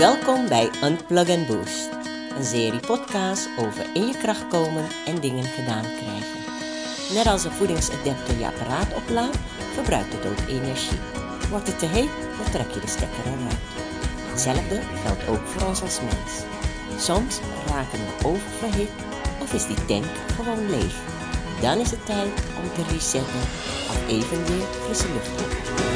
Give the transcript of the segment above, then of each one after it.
Welkom bij Unplug and Boost, een serie podcast over in je kracht komen en dingen gedaan krijgen. Net als een voedingsadapter je apparaat oplaadt, verbruikt het ook energie. Wordt het te heet, dan trek je de stekker eruit. Hetzelfde geldt ook voor ons als mens. Soms raken we oververhit of is die tank gewoon leeg. Dan is het tijd om te resetten of even weer frisse lucht op.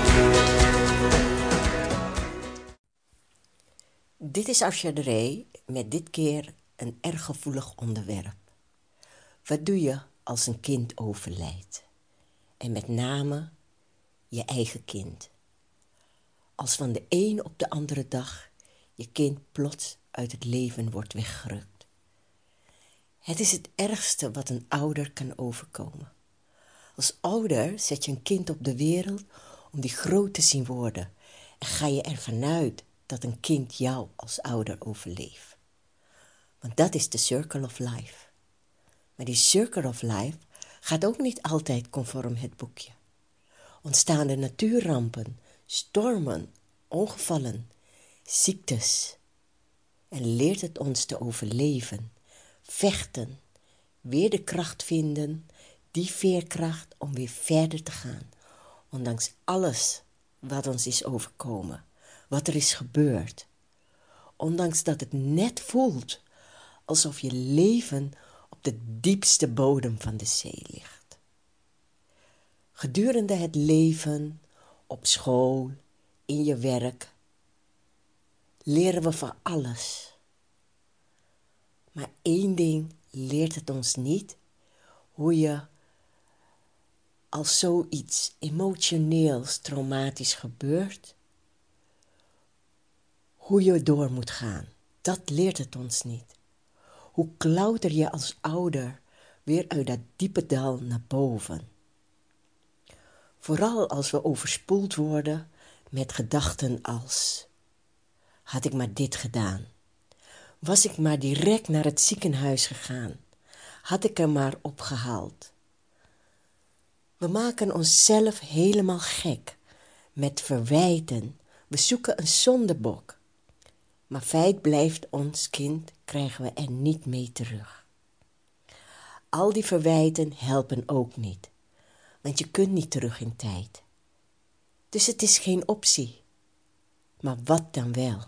Dit is Asja de Ree met dit keer een erg gevoelig onderwerp. Wat doe je als een kind overlijdt? En met name je eigen kind. Als van de een op de andere dag je kind plots uit het leven wordt weggerukt. Het is het ergste wat een ouder kan overkomen. Als ouder zet je een kind op de wereld om die groot te zien worden en ga je ervan uit dat een kind jou als ouder overleeft. Want dat is de circle of life. Maar die circle of life gaat ook niet altijd conform het boekje. Ontstaan er natuurrampen, stormen, ongevallen, ziektes. En leert het ons te overleven, vechten, weer de kracht vinden, die veerkracht om weer verder te gaan. Ondanks alles wat ons is overkomen, wat er is gebeurd. Ondanks dat het net voelt alsof je leven op de diepste bodem van de zee ligt. Gedurende het leven, op school, in je werk, leren we van alles. Maar één ding leert het ons niet: hoe je als zoiets emotioneels, traumatisch gebeurt, hoe je door moet gaan. Dat leert het ons niet. Hoe klauter je als ouder weer uit dat diepe dal naar boven. Vooral als we overspoeld worden met gedachten als: had ik maar dit gedaan? Was ik maar direct naar het ziekenhuis gegaan? Had ik er maar opgehaald? We maken onszelf helemaal gek met verwijten. We zoeken een zondebok. Maar feit blijft, ons kind krijgen we er niet mee terug. Al die verwijten helpen ook niet, want je kunt niet terug in tijd. Dus het is geen optie. Maar wat dan wel?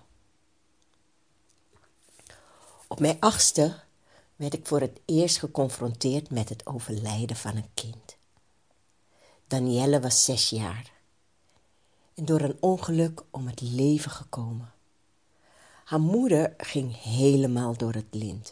Op mijn 8e werd ik voor het eerst geconfronteerd met het overlijden van een kind. Danielle was 6 jaar en door een ongeluk om het leven gekomen. Haar moeder ging helemaal door het lint.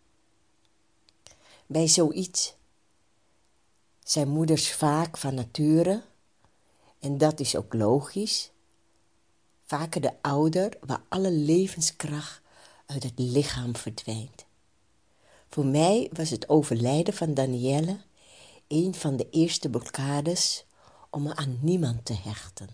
Bij zoiets zijn moeders vaak van nature, en dat is ook logisch, vaker de ouder waar alle levenskracht uit het lichaam verdwijnt. Voor mij was het overlijden van Danielle een van de eerste blokkades om me aan niemand te hechten.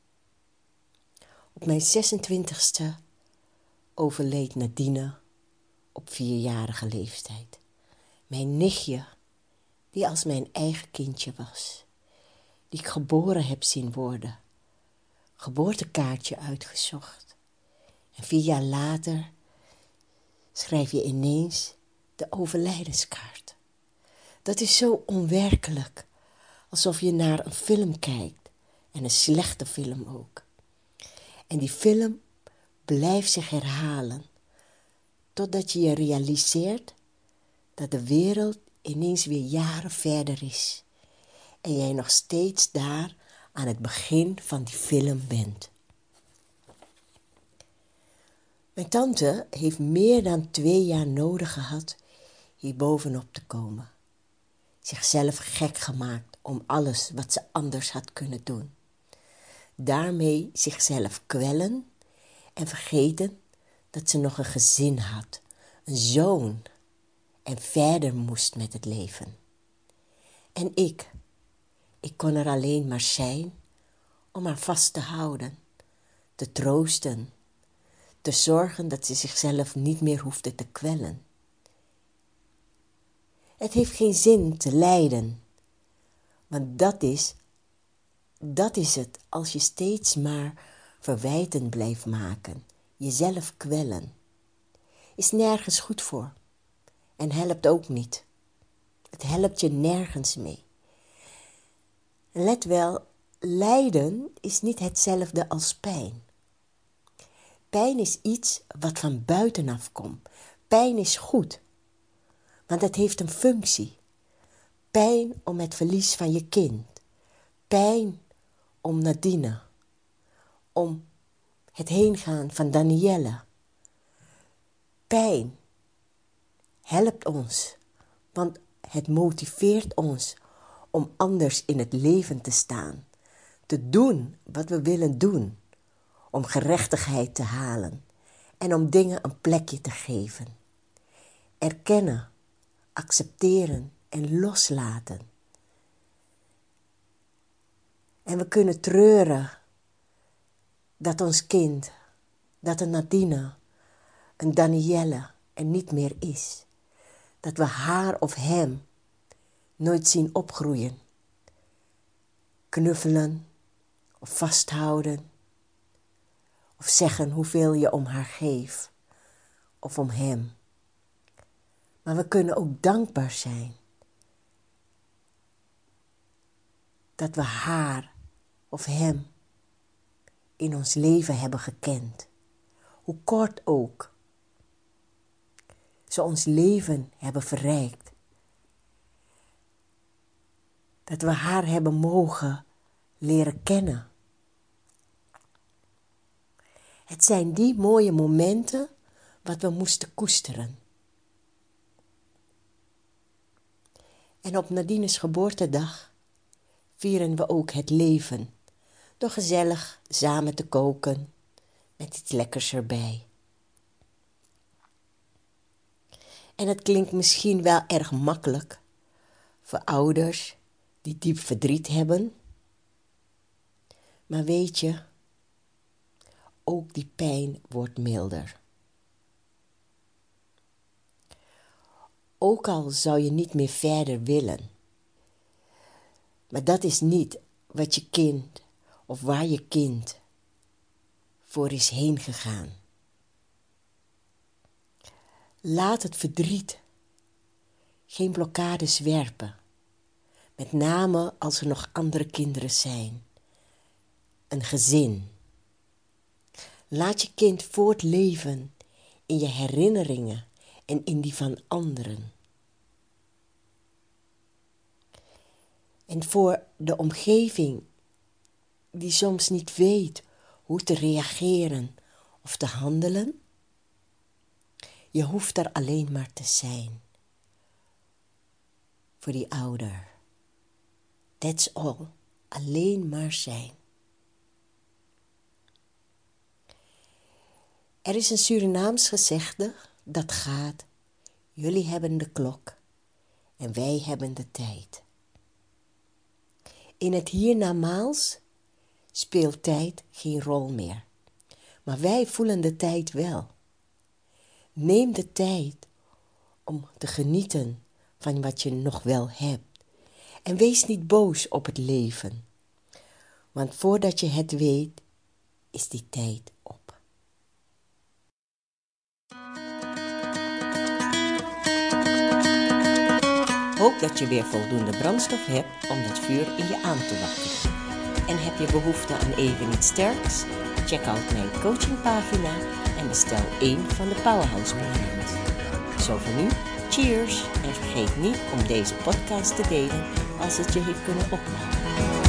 Op mijn 26e overleed Nadine op 4-jarige leeftijd. Mijn nichtje, die als mijn eigen kindje was, die ik geboren heb zien worden, geboortekaartje uitgezocht. En 4 jaar later schrijf je ineens de overlijdenskaart. Dat is zo onwerkelijk, alsof je naar een film kijkt, en een slechte film ook. En die film blijft zich herhalen, totdat je realiseert dat de wereld ineens weer jaren verder is en jij nog steeds daar aan het begin van die film bent. Mijn tante heeft meer dan 2 jaar nodig gehad hier bovenop te komen. Zichzelf gek gemaakt om alles wat ze anders had kunnen doen. Daarmee zichzelf kwellen en vergeten dat ze nog een gezin had, een zoon, en verder moest met het leven. En ik kon er alleen maar zijn om haar vast te houden, te troosten, te zorgen dat ze zichzelf niet meer hoefde te kwellen. Het heeft geen zin te lijden, want dat is het als je steeds maar verwijten blijft maken, jezelf kwellen is nergens goed voor en helpt ook niet. Het helpt je nergens mee. Let wel, lijden is niet hetzelfde als pijn. Pijn is iets wat van buitenaf komt. Pijn is goed, want het heeft een functie. Pijn om het verlies van je kind. Pijn om Nadine. Om het heengaan van Danielle. Pijn helpt ons, want het motiveert ons om anders in het leven te staan. Te doen wat we willen doen. Om gerechtigheid te halen en om dingen een plekje te geven. Erkennen, accepteren en loslaten. En we kunnen treuren dat ons kind, dat een Nadine, een Danielle er niet meer is. Dat we haar of hem nooit zien opgroeien. Knuffelen of vasthouden. Of zeggen hoeveel je om haar geeft. Of om hem. Maar we kunnen ook dankbaar zijn. Dat we haar of hem in ons leven hebben gekend. Hoe kort ook. Ze ons leven hebben verrijkt. Dat we haar hebben mogen leren kennen. Het zijn die mooie momenten wat we moesten koesteren. En op Nadine's geboortedag vieren we ook het leven. Door gezellig samen te koken met iets lekkers erbij. En het klinkt misschien wel erg makkelijk voor ouders die diep verdriet hebben. Maar weet je, ook die pijn wordt milder. Ook al zou je niet meer verder willen. Maar dat is niet wat je kind of waar je kind voor is heen gegaan. Laat het verdriet geen blokkades werpen. Met name als er nog andere kinderen zijn. Een gezin. Laat je kind voortleven in je herinneringen en in die van anderen. En voor de omgeving die soms niet weet hoe te reageren of te handelen, je hoeft er alleen maar te zijn. Voor die ouder. That's all. Alleen maar zijn. Er is een Surinaams gezegde dat gaat: jullie hebben de klok en wij hebben de tijd. In het hiernamaals speelt tijd geen rol meer. Maar wij voelen de tijd wel. Neem de tijd om te genieten van wat je nog wel hebt. En wees niet boos op het leven. Want voordat je het weet, is die tijd op. Hoop dat je weer voldoende brandstof hebt om dat vuur in je aan te wakkeren. En heb je behoefte aan even iets sterks? Check out mijn coachingpagina en bestel 1 van de Powerhouse programma's. Zo voor nu, cheers! En vergeet niet om deze podcast te delen als het je heeft kunnen opbouwen.